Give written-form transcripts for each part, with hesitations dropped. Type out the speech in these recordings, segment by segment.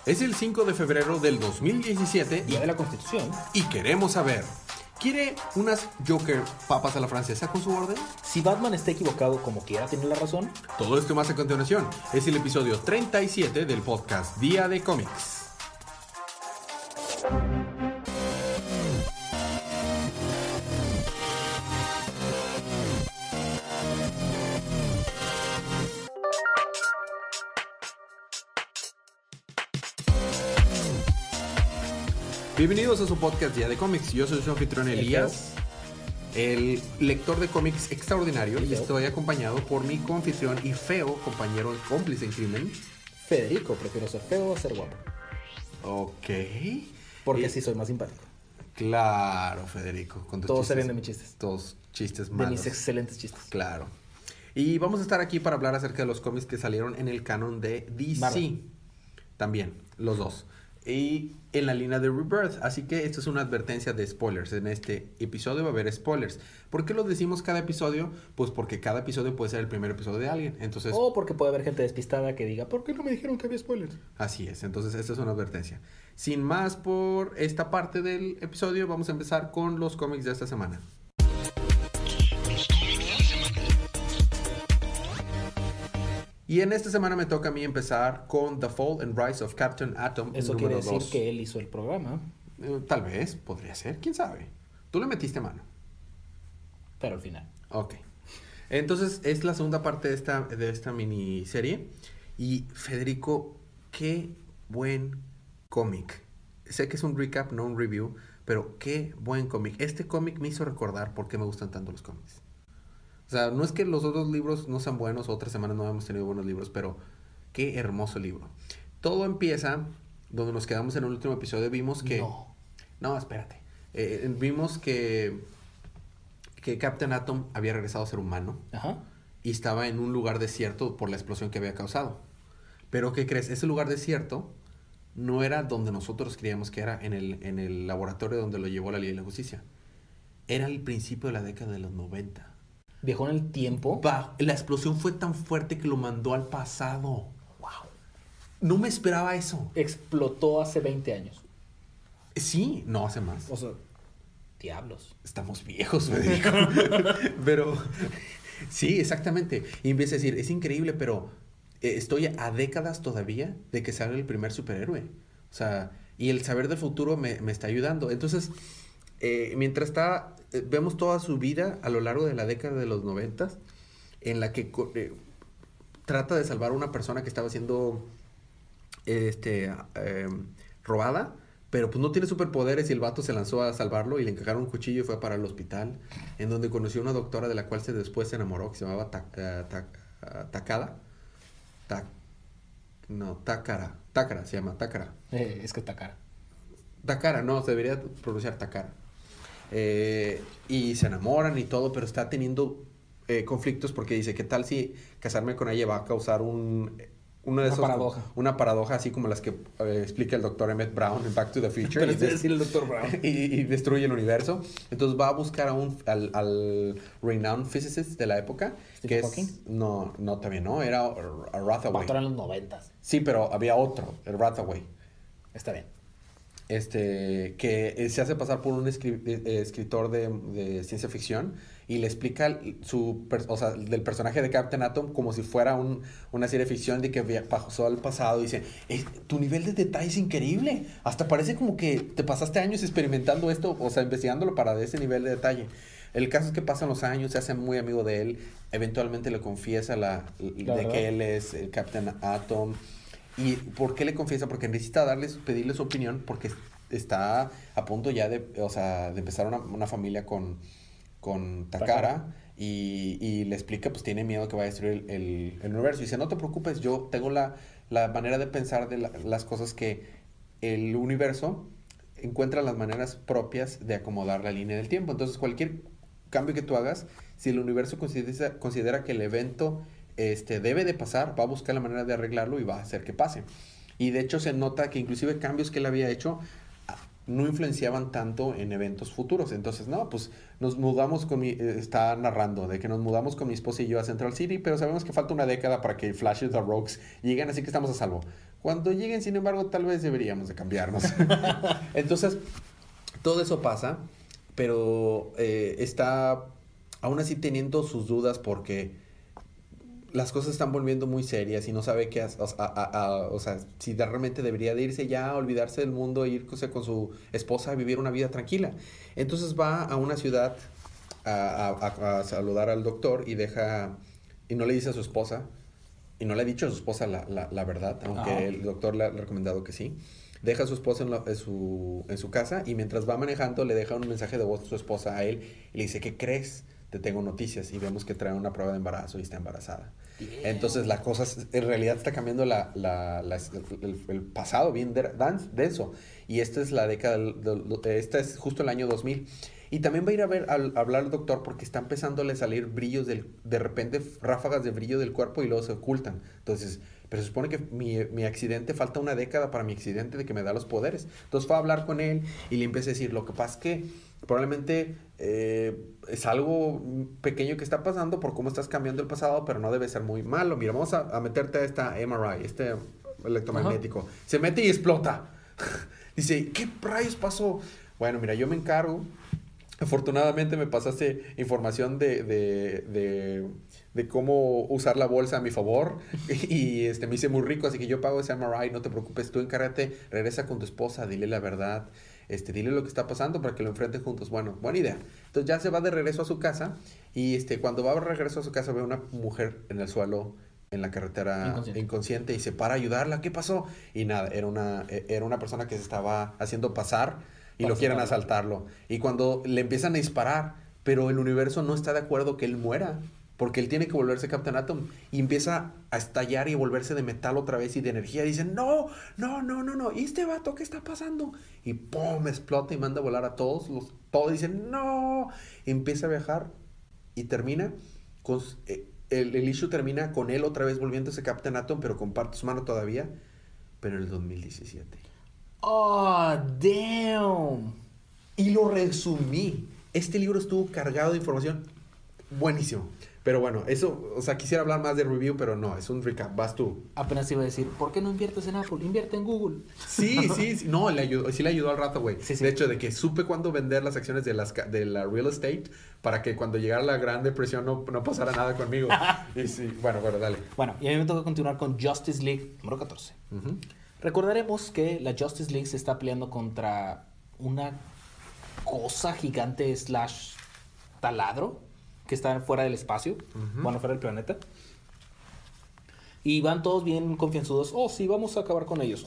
Es el 5 de febrero del 2017 Día de la Constitución. y queremos saber, ¿quiere unas Joker papas a la francesa con su orden? Si Batman está equivocado como quiera, tiene la razón. Todo esto y más a continuación. Es el episodio 37 del podcast Día de Cómics. Bienvenidos a su podcast Día de Cómics. Yo soy su anfitrión Elías, el lector de cómics extraordinario, y estoy acompañado por mi coanfitrión y feo compañero cómplice en crimen, Federico, prefiero ser feo o ser guapo. Ok. Porque así soy más simpático. Claro, Federico. Con tus Todos chistes, se ven de mis chistes. Todos chistes De malos. mis excelentes chistes. Claro. Y vamos a estar aquí para hablar acerca de los cómics que salieron en el canon de DC. Marvel. También, los dos. Y en la línea de Rebirth. Así que esto es una advertencia de spoilers. En este episodio va a haber spoilers. ¿Por qué lo decimos cada episodio? Pues porque cada episodio puede ser el primer episodio de alguien. Entonces, O porque puede haber gente despistada que diga, ¿por qué no me dijeron que había spoilers? así es. Entonces, esta es una advertencia. Sin más por esta parte del episodio, vamos a empezar con los cómics de esta semana. Y en esta semana me toca a mí empezar con The Fall and Rise of Captain Atom. Eso número quiere decir 2. que él hizo el programa, Tal vez, podría ser, quién sabe. Tú le metiste mano. pero al final. Ok. Entonces, es la segunda parte de esta miniserie. Y Federico, qué buen cómic. Sé que es un recap, no un review, pero qué buen cómic. Este cómic me hizo recordar por qué me gustan tanto los cómics. O sea, no es que los otros libros no sean buenos, otras semanas no hemos tenido buenos libros, pero qué hermoso libro. Todo empieza donde nos quedamos en el último episodio. Vimos que... No, espérate. Vimos que Captain Atom había regresado a ser humano. Ajá. Y estaba en un lugar desierto por la explosión que había causado. Pero, ¿qué crees? Ese lugar desierto no era donde nosotros creíamos que era, en el laboratorio donde lo llevó la Liga de la Justicia. Era el principio de la década de los 90. Viajó en el tiempo. La explosión fue tan fuerte que lo mandó al pasado. Wow. No me esperaba eso. Explotó hace 20 años. Sí, no hace más. O sea, diablos. Estamos viejos, Federico. Pero, sí, exactamente. Y empieza a decir, es increíble, pero estoy a décadas todavía de que salga el primer superhéroe. O sea, y el saber del futuro me está ayudando. Entonces, mientras vemos toda su vida a lo largo de la década de los 90, en la que trata de salvar a una persona que estaba siendo robada. Pero pues no tiene superpoderes y el vato se lanzó a salvarlo y le encajaron un cuchillo y fue para el hospital, en donde conoció a una doctora de la cual después se enamoró, que se llamaba Takada. Takara, se llama Takara. Es que está cara. Takara, no, se debería pronunciar Takara. Y se enamoran y todo, pero está teniendo conflictos porque dice, ¿qué tal si casarme con ella va a causar una paradoja así como las que explica el doctor Emmett Brown en Back to the Future? Pero es decir el doctor Brown. Y destruye el universo. Entonces va a buscar al renowned physicist de la época. ¿Stephen Hawking? No, también no, era a Rathaway. Eran los 90. Sí, pero había otro, el Rathaway. Está bien. Que se hace pasar por un escritor de ciencia ficción y le explica del personaje de Captain Atom como si fuera una serie de ficción de que pasó al pasado. Y dice, tu nivel de detalle es increíble, hasta parece como que te pasaste años experimentando esto, o sea, investigándolo para ese nivel de detalle. El caso es que pasan los años, se hace muy amigo de él, eventualmente le confiesa de que él es el Captain Atom. ¿Y por qué le confiesa? Porque necesita pedirle su opinión, porque está a punto ya de empezar una familia con Takara. Y le explica, pues tiene miedo que vaya a destruir el universo. Y dice, no te preocupes, yo tengo la manera de pensar de las cosas, que el universo encuentra las maneras propias de acomodar la línea del tiempo. Entonces, cualquier cambio que tú hagas, si el universo considera que el evento debe de pasar, va a buscar la manera de arreglarlo y va a hacer que pase. Y de hecho se nota que inclusive cambios que él había hecho no influenciaban tanto en eventos futuros. Entonces, no, pues nos mudamos está narrando de que nos mudamos con mi esposa y yo a Central City, pero sabemos que falta una década para que Flash y The Rogues lleguen, así que estamos a salvo. Cuando lleguen, sin embargo, tal vez deberíamos de cambiarnos. Entonces, todo eso pasa, pero está aún así teniendo sus dudas porque las cosas están volviendo muy serias y no sabe qué hacer, o sea, si realmente debería de irse ya, olvidarse del mundo e irse con su esposa a vivir una vida tranquila. Entonces va a una ciudad a saludar al doctor y no le dice a su esposa, y no le ha dicho a su esposa la verdad, aunque el doctor le ha recomendado que sí. Deja a su esposa en su casa y mientras va manejando le deja un mensaje de voz a su esposa a él y le dice, ¿qué crees? Te tengo noticias, y vemos que trae una prueba de embarazo y está embarazada. Yeah. Entonces la cosa en realidad está cambiando el pasado bien denso. Y esta es la década, esta es justo el año 2000. Y también va a ir a hablar al doctor porque está empezándole a salir brillos, de repente ráfagas de brillo del cuerpo y luego se ocultan. Entonces, pero se supone que mi accidente, falta una década para mi accidente de que me da los poderes. Entonces fue a hablar con él y le empieza a decir, lo que pasa es que probablemente es algo pequeño que está pasando por cómo estás cambiando el pasado, pero no debe ser muy malo. Mira, vamos a meterte a esta MRI, este electromagnético. Ajá. Se mete y explota. Dice, ¿qué rayos pasó? Bueno, mira, yo me encargo. Afortunadamente me pasaste información de cómo usar la bolsa a mi favor y me hice muy rico, así que yo pago ese MRI, no te preocupes, tú encárgate, regresa con tu esposa, dile la verdad, dile lo que está pasando para que lo enfrenten juntos. Bueno, buena idea. Entonces ya se va de regreso a su casa y cuando va de regreso a su casa ve una mujer en el suelo en la carretera inconsciente y se para a ayudarla. ¿Qué pasó? Y nada, era una persona que se estaba haciendo pasar y lo quieren asaltarlo. Y cuando le empiezan a disparar, pero el universo no está de acuerdo que él muera, porque él tiene que volverse Captain Atom. Y empieza a estallar y a volverse de metal otra vez y de energía. Dicen, no. ¿Y este vato qué está pasando? Y ¡pum! Explota y manda a volar a todos. Todos dicen, no. Y empieza a viajar y termina con... el issue termina con él otra vez volviéndose Captain Atom, pero con parte de su mano todavía, pero en el 2017. ¡Oh, damn! Y lo resumí. Este libro estuvo cargado de información buenísimo. Pero bueno, eso, o sea, quisiera hablar más de review, pero no, es un recap. Vas tú. Apenas iba a decir, ¿por qué no inviertes en Apple? Invierte en Google. Sí. No, sí le ayudó al rato, güey. Sí. De hecho, de que supe cuándo vender las acciones de la real estate para que cuando llegara la Gran Depresión no pasara nada conmigo. Y sí, bueno, dale. Bueno, y a mí me toca continuar con Justice League número 14. Uh-huh. Recordaremos que la Justice League se está peleando contra una cosa gigante / taladro que está fuera del espacio, uh-huh. Bueno, fuera del planeta. Y van todos bien confianzudos. Oh, sí, vamos a acabar con ellos.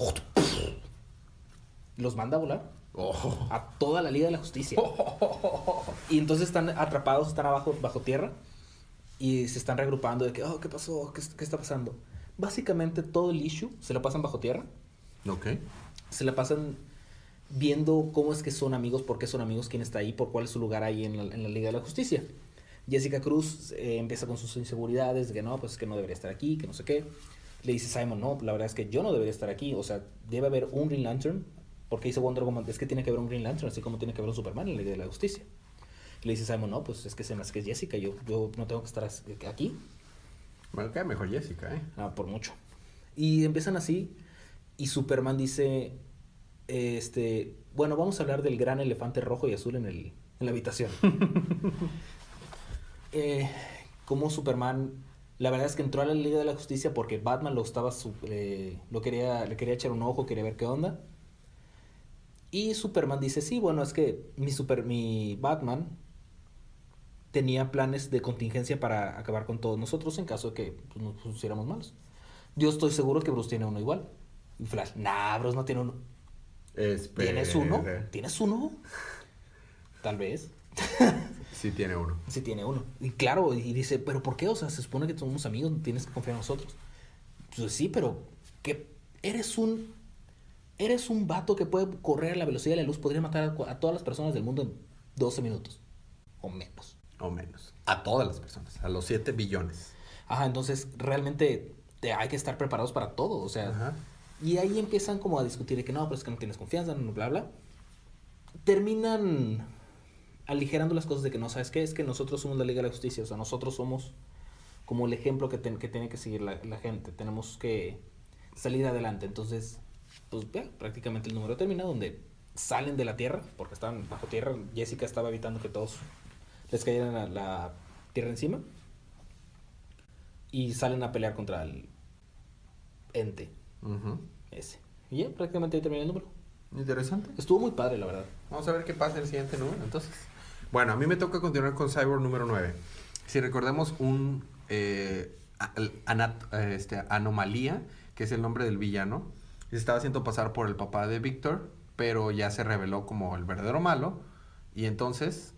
Los manda a volar. A toda la Liga de la Justicia. Y entonces están atrapados, están bajo tierra. Y se están reagrupando de que, ¿qué pasó? ¿Qué está pasando? Básicamente todo el issue se lo pasan bajo tierra. Ok. Se la pasan viendo cómo es que son amigos, por qué son amigos, quién está ahí, por cuál es su lugar ahí en la Liga de la Justicia. Jessica Cruz empieza con sus inseguridades de que no, pues es que no debería estar aquí, que no sé qué. Le dice Simon, no, la verdad es que yo no debería estar aquí. O sea, debe haber un Green Lantern. Porque dice Wonder Woman, es que tiene que haber un Green Lantern, así como tiene que haber un Superman en la Liga de la Justicia. Le dice Simon, no, pues es que se me hace que es Jessica, yo no tengo que estar aquí. Bueno, queda mejor Jessica, por mucho. Y empiezan así, y Superman dice, bueno, vamos a hablar del gran elefante rojo y azul en la habitación. Como Superman, la verdad es que entró a la Liga de la Justicia porque Batman le quería echar un ojo, quería ver qué onda. Y Superman dice, sí, bueno, es que mi Batman tenía planes de contingencia para acabar con todos nosotros en caso de que nos pusiéramos malos. Yo estoy seguro que Bruce tiene uno igual. Y Flash, Bruce no tiene uno. ¿Tienes uno? ¿Tienes uno? Tal vez. Sí tiene uno. Sí tiene uno. Y claro, y dice, ¿pero por qué? O sea, se supone que somos amigos, tienes que confiar en nosotros. Pues sí, pero que eres un vato que puede correr a la velocidad de la luz, podría matar a todas las personas del mundo en 12 minutos. O menos. A todas las personas, a los 7 billones. Ajá, entonces realmente hay que estar preparados para todo, o sea. Ajá. Y ahí empiezan como a discutir de que no, pero es que no tienes confianza, bla, bla. Terminan aligerando las cosas de que no, ¿sabes qué? Es que nosotros somos la Liga de la Justicia, o sea, nosotros somos como el ejemplo que tiene que seguir la gente. Tenemos que salir adelante. Entonces, pues ya, prácticamente el número termina donde salen de la tierra, porque estaban bajo tierra. Jessica estaba evitando que todos les cayeran a la tierra encima. Y salen a pelear contra el ente ese. Y ya, prácticamente ahí termina el número. Interesante. Estuvo muy padre, la verdad. Vamos a ver qué pasa en el siguiente número, entonces. Bueno, a mí me toca continuar con Cyborg número 9. Si recordemos un Anomalía, que es el nombre del villano, se estaba haciendo pasar por el papá de Víctor, pero ya se reveló como el verdadero malo. Y entonces,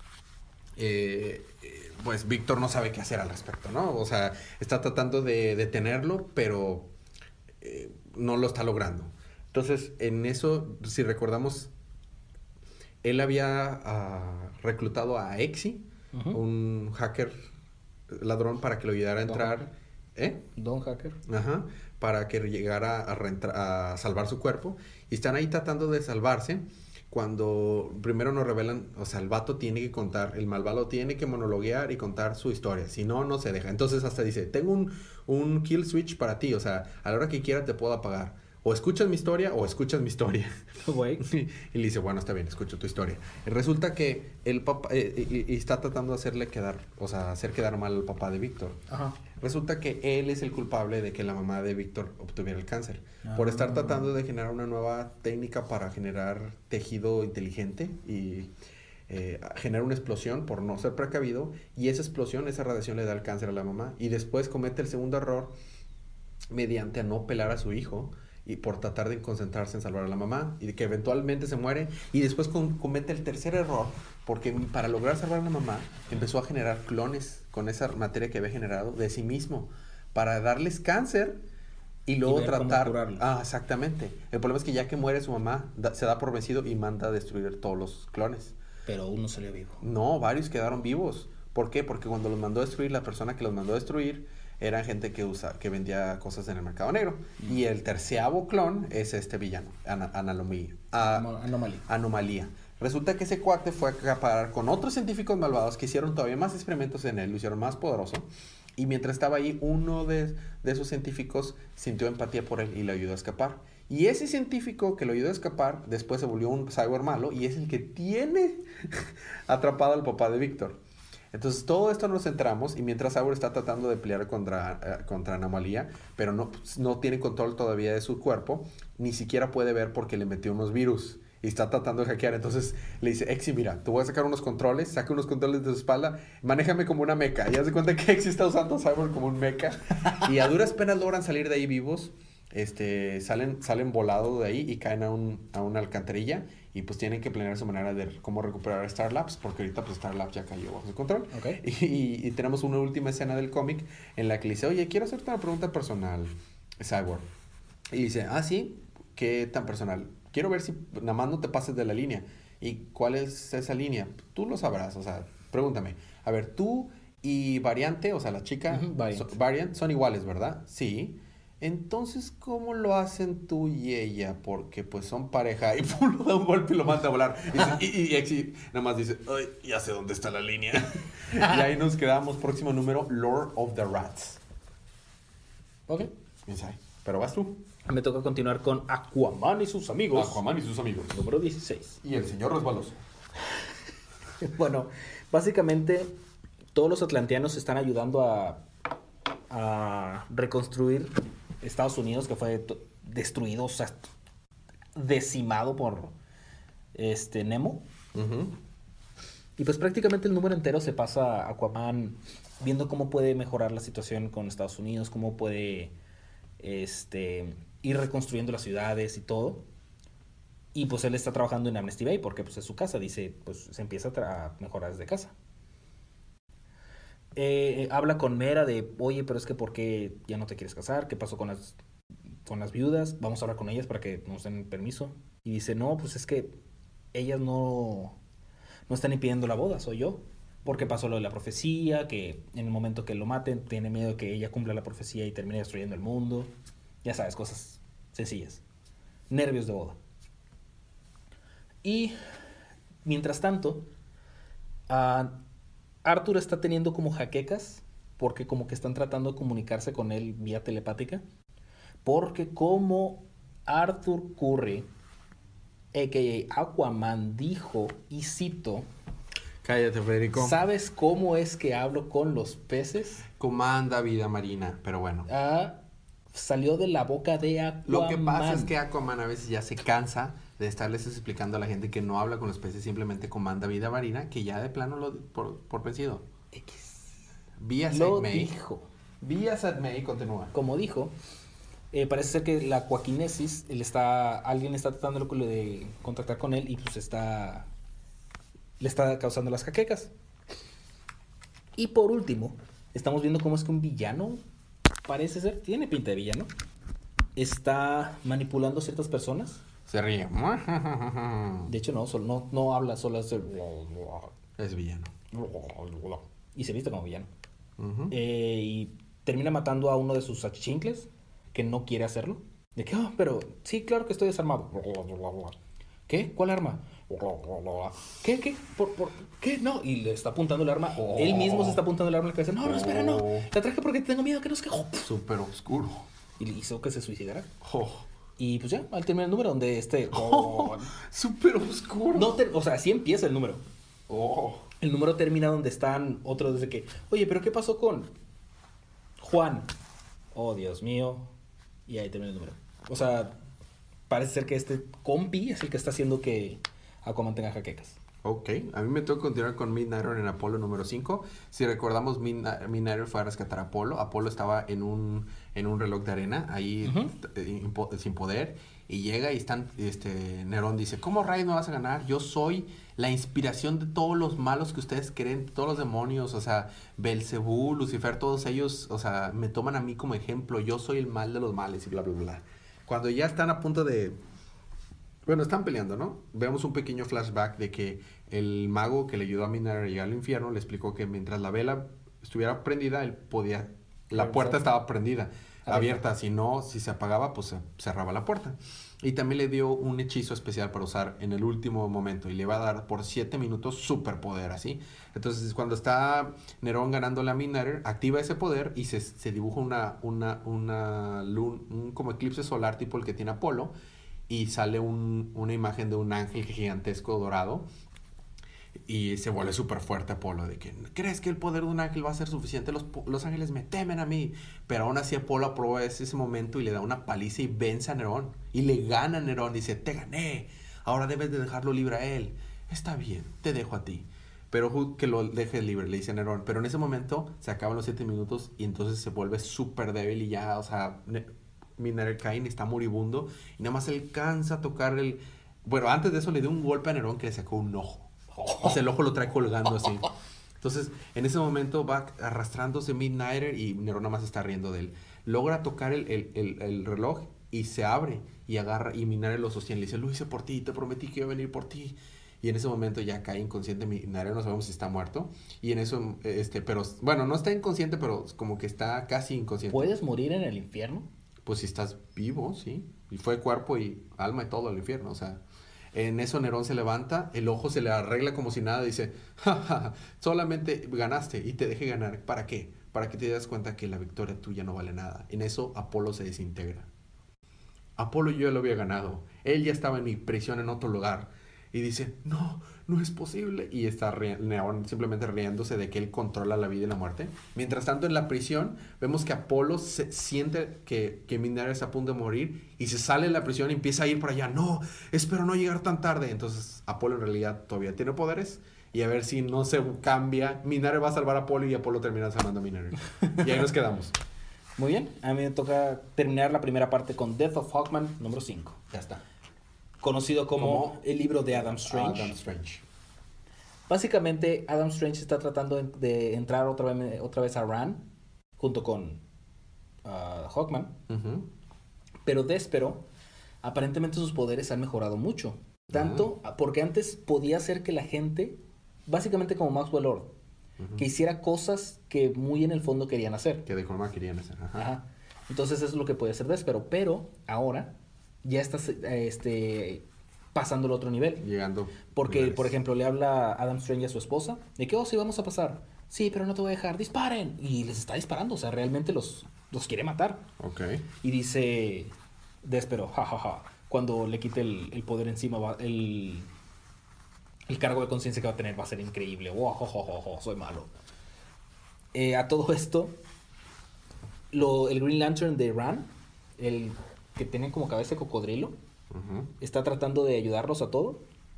pues Víctor no sabe qué hacer al respecto, ¿no? O sea, está tratando de detenerlo, pero no lo está logrando. Entonces, en eso, si recordamos, él había reclutado a Exi, un hacker ladrón, para que lo ayudara a entrar. Don Hacker. Ajá, para que llegara a salvar su cuerpo. Y están ahí tratando de salvarse. Cuando primero nos revelan, o sea, el vato tiene que contar, el malvado tiene que monologuear y contar su historia. Si no, no se deja. Entonces hasta dice, tengo un kill switch para ti. O sea, a la hora que quiera te puedo apagar. O escuchas mi historia o escuchas mi historia. Y le dice, bueno, está bien, escucho tu historia. Y resulta que el papá y está tratando de hacer quedar mal al papá de Víctor. Ajá. Resulta que él es el culpable de que la mamá de Víctor obtuviera el cáncer. Por estar tratando de generar una nueva técnica para generar tejido inteligente y generar una explosión por no ser precavido. Y esa explosión, esa radiación le da el cáncer a la mamá. Y después comete el segundo error mediante a no pelar a su hijo. Y por tratar de concentrarse en salvar a la mamá, y de que eventualmente se muere, y después comete el tercer error, porque para lograr salvar a la mamá, empezó a generar clones con esa materia que había generado de sí mismo, para darles cáncer, y luego tratar... exactamente. El problema es que ya que muere su mamá, se da por vencido y manda a destruir todos los clones. Pero uno salió vivo. No, varios quedaron vivos. ¿Por qué? Porque cuando los mandó a destruir, la persona que los mandó a destruir eran gente que vendía cosas en el mercado negro. Y el terceavo clon es este villano, Anomalía. Resulta que ese cuate fue a acaparar con otros científicos malvados que hicieron todavía más experimentos en él, lo hicieron más poderoso. Y mientras estaba ahí, uno de esos científicos sintió empatía por él y le ayudó a escapar. Y ese científico que lo ayudó a escapar, después se volvió un cyborg malo y es el que tiene atrapado al papá de Víctor. Entonces, todo esto nos centramos y mientras Cyborg está tratando de pelear contra Anomalía, pero no tiene control todavía de su cuerpo, ni siquiera puede ver porque le metió unos virus y está tratando de hackear. Entonces le dice, Exi, mira, te voy a sacar unos controles, saca unos controles de su espalda, manéjame como una meca. Y haz de cuenta que Exi está usando a Cyborg como un meca. Y a duras penas logran salir de ahí vivos. Salen volados de ahí y caen a una alcantarilla. Y pues tienen que planear su manera de cómo recuperar a Star Labs, porque ahorita pues Star Labs ya cayó bajo su control. Okay. Y tenemos una última escena del cómic en la que le dice, oye, quiero hacerte una pregunta personal, Cyborg. Y dice, sí, ¿qué tan personal? Quiero ver si nada más no te pases de la línea. ¿Y cuál es esa línea? Tú lo sabrás, o sea, pregúntame. A ver, tú y Variante, o sea, la chica, Variant, son iguales, ¿verdad? Sí. Entonces, ¿cómo lo hacen tú y ella? Porque pues son pareja. Y pum, lo da un golpe y lo manda a volar. Y Exi nada más dice, ay, ya sé dónde está la línea. Y ahí nos quedamos. Próximo número, Lord of the Rats. Ok. Pero vas tú. Me toca continuar con Aquaman y sus amigos. Aquaman y sus amigos. Número 16. Y el señor resbaloso. Bueno, básicamente todos los atlanteanos están ayudando a reconstruir Estados Unidos, que fue destruido, o sea, decimado por Nemo. Y pues prácticamente el número entero se pasa a Aquaman viendo cómo puede mejorar la situación con Estados Unidos, cómo puede ir reconstruyendo las ciudades y todo. Y pues él está trabajando en Amnesty Bay porque pues es su casa, dice, pues se empieza a mejorar desde casa. Habla con Mera de, oye, pero es que ¿por qué ya no te quieres casar? ¿Qué pasó con las viudas? Vamos a hablar con ellas para que nos den permiso. Y dice, no, pues es que ellas no están impidiendo la boda, soy yo. Porque pasó lo de la profecía, que en el momento que lo maten, tiene miedo de que ella cumpla la profecía y termine destruyendo el mundo. Ya sabes, cosas sencillas. Nervios de boda. Y mientras tanto, Arthur está teniendo como jaquecas porque como que están tratando de comunicarse con él vía telepática, Porque como Arthur Curry, a.k.a. Aquaman, dijo, y cito... Cállate, Federico. ¿Sabes cómo es que hablo con los peces? Comanda vida marina, pero bueno. Salió de la boca de Aquaman. Lo que pasa es que Aquaman a veces ya se cansa de estarles explicando a la gente que no habla con los peces, simplemente comanda vida marina, que ya de plano lo por vencido. Vía Sadmei. Dijo. Vía Sadmei, continúa. Como dijo, parece ser que la aquaquinesis, alguien está tratando de contactar con él y pues le está causando las jaquecas. Y por último, estamos viendo cómo es que un villano, parece ser, tiene pinta de villano, está manipulando a ciertas personas. Se ríe. De hecho, no habla, solo hace... Es villano. Y se viste como villano. Uh-huh. Y termina matando a uno de sus achichincles, que no quiere hacerlo. De que, pero sí, claro que estoy desarmado. ¿Qué? ¿Cuál arma? ¿Qué? ¿Por qué? No. Y le está apuntando el arma. Él mismo se está apuntando el arma en la cabeza. No, espera, no. La traje porque tengo miedo que no se quede. Súper oscuro. Y le hizo que se suicidara. Oh. Y pues ya, al terminar el número donde Súper oscuro. O sea, así empieza el número. El número termina donde están otros desde que... Oye, ¿pero qué pasó con Juan? Oh, Dios mío. Y ahí termina el número. O sea, parece ser que este compi es el que está haciendo que Aquaman tenga jaquecas. Ok, a mí me toca continuar con Midnighter en Apolo número 5. Si recordamos, Midnighter fue a rescatar a Apolo. Apolo estaba en un reloj de arena, ahí sin poder. Y llega y Nerón dice, ¿cómo rayos no vas a ganar? Yo soy la inspiración de todos los malos que ustedes creen, todos los demonios, o sea, Belcebú, Lucifer, todos ellos, o sea, me toman a mí como ejemplo. Yo soy el mal de los males y bla, bla, bla. Cuando ya están a punto de... Bueno, están peleando, ¿no? Vemos un pequeño flashback de que el mago que le ayudó a Midnighter a llegar al infierno le explicó que mientras la vela estuviera prendida, él podía... La puerta estaba prendida, abierta. Si se apagaba, pues se cerraba la puerta. Y también le dio un hechizo especial para usar en el último momento. Y le va a dar por 7 minutos superpoder, así. Entonces, cuando está Nerón ganándole a Midnighter, activa ese poder y se dibuja un como eclipse solar tipo el que tiene Apolo. Y sale una imagen de un ángel gigantesco dorado. Y se vuelve súper fuerte Apolo. De que, ¿crees que el poder de un ángel va a ser suficiente? Los ángeles me temen a mí. Pero aún así Apolo aprovecha ese momento y le da una paliza y vence a Nerón. Y le gana a Nerón. Dice, te gané. Ahora debes de dejarlo libre a él. Está bien, te dejo a ti. Pero que lo deje libre, le dice a Nerón. Pero en ese momento se acaban los 7 minutos y entonces se vuelve súper débil y ya, o sea... Midnighter Cain está moribundo y nada más alcanza a tocar bueno, antes de eso le dio un golpe a Nerón que le sacó un ojo. O sea, el ojo lo trae colgando así. Entonces, en ese momento va arrastrándose Midnighter y Nerón nada más está riendo de él. Logra tocar el reloj y se abre y agarra y Midnighter lo sostiene. Le dice, lo hice por ti, te prometí que iba a venir por ti. Y en ese momento ya cae inconsciente Midnighter, no sabemos si está muerto. Y en eso, pero, bueno, no está inconsciente, pero como que está casi inconsciente. ¿Puedes morir en el infierno? Pues si estás vivo, sí. Y fue cuerpo y alma y todo al infierno, o sea. En eso Nerón se levanta, el ojo se le arregla como si nada, dice, ja, solamente ganaste y te dejé ganar. ¿Para qué? Para que te das cuenta que la victoria tuya no vale nada. En eso Apolo se desintegra. Apolo yo ya lo había ganado. Él ya estaba en mi prisión en otro lugar. Y dice, no es posible. Y está Nerón simplemente riéndose de que él controla la vida y la muerte. Mientras tanto, en la prisión, vemos que Apolo siente que Midnighter está a punto de morir. Y se sale de la prisión y empieza a ir por allá. No, espero no llegar tan tarde. Entonces, Apolo en realidad todavía tiene poderes. Y a ver si no se cambia. Midnighter va a salvar a Apolo y Apolo termina salvando a Midnighter. Y ahí nos quedamos. Muy bien, a mí me toca terminar la primera parte con Death of Hawkman, número 5. Ya está. Conocido como el libro de Adam Strange. Básicamente, Adam Strange está tratando de entrar otra vez a Rann, junto con Hawkman. Uh-huh. Pero Déspero, aparentemente sus poderes han mejorado mucho. Tanto porque antes podía hacer que la gente, básicamente como Maxwell Lord, que hiciera cosas que muy en el fondo querían hacer. Que de forma querían hacer. Ajá. Entonces eso es lo que puede hacer Déspero. Pero ahora ya está pasando al otro nivel. Llegando. Porque, lugares. por ejemplo, le habla Adam Strange a su esposa de que, sí, vamos a pasar. Sí, pero no te voy a dejar. ¡Disparen! Y les está disparando. O sea, realmente los los quiere matar. Ok. Y dice Déspero, jajaja, cuando le quite el poder encima, el cargo de conciencia que va a tener va a ser increíble. Soy malo. A todo esto, el Green Lantern de Ran, el que tiene como cabeza de cocodrilo, está tratando de ayudarlos a todos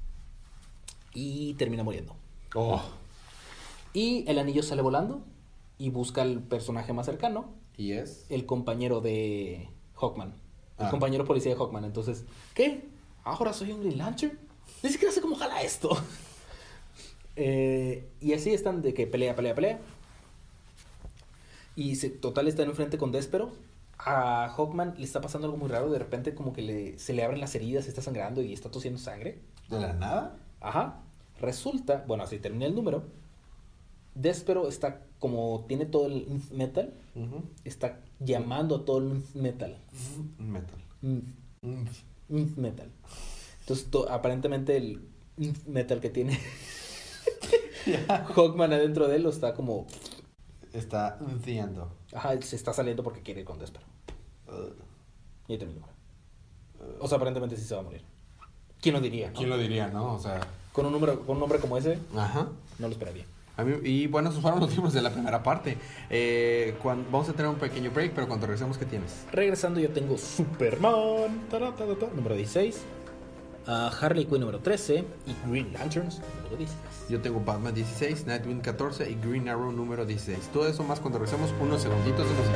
y termina muriendo. Oh. Y el anillo sale volando y busca al personaje más cercano. ¿Y es? El compañero de Hawkman. El compañero policía de Hawkman. Entonces, ¿qué? ¿Ahora soy un Green Lantern? Ni siquiera sé cómo jala esto. Y así están de que pelea. Y total están enfrente con Déspero. A Hawkman le está pasando algo muy raro. De repente como que se le abren las heridas, está sangrando y está tosiendo sangre. ¿De la nada? Ajá. Resulta, bueno, así termina el número. Déspero está, como tiene todo el Inf Metal, está llamando a todo el Inf Metal. Inf Metal. Entonces, aparentemente el Inf Metal que tiene Hawkman adentro de él lo está como... Está enfiando. Ajá, se está saliendo porque quiere ir con Déspero. Y ahí terminó. O sea, aparentemente sí se va a morir. ¿Quién lo diría, no? ¿Quién lo diría, no? O sea... Con un nombre como ese, Ajá. no lo esperaría. Y bueno, esos fueron los libros de la primera parte. Vamos a tener un pequeño break, pero cuando regresemos, ¿qué tienes? Regresando, yo tengo Superman, número 16, Harley Quinn, número 13, y Green Lanterns, número 16. Yo tengo Batman 16, Nightwing 14 y Green Arrow número 16. Todo eso más cuando regresemos unos segunditos de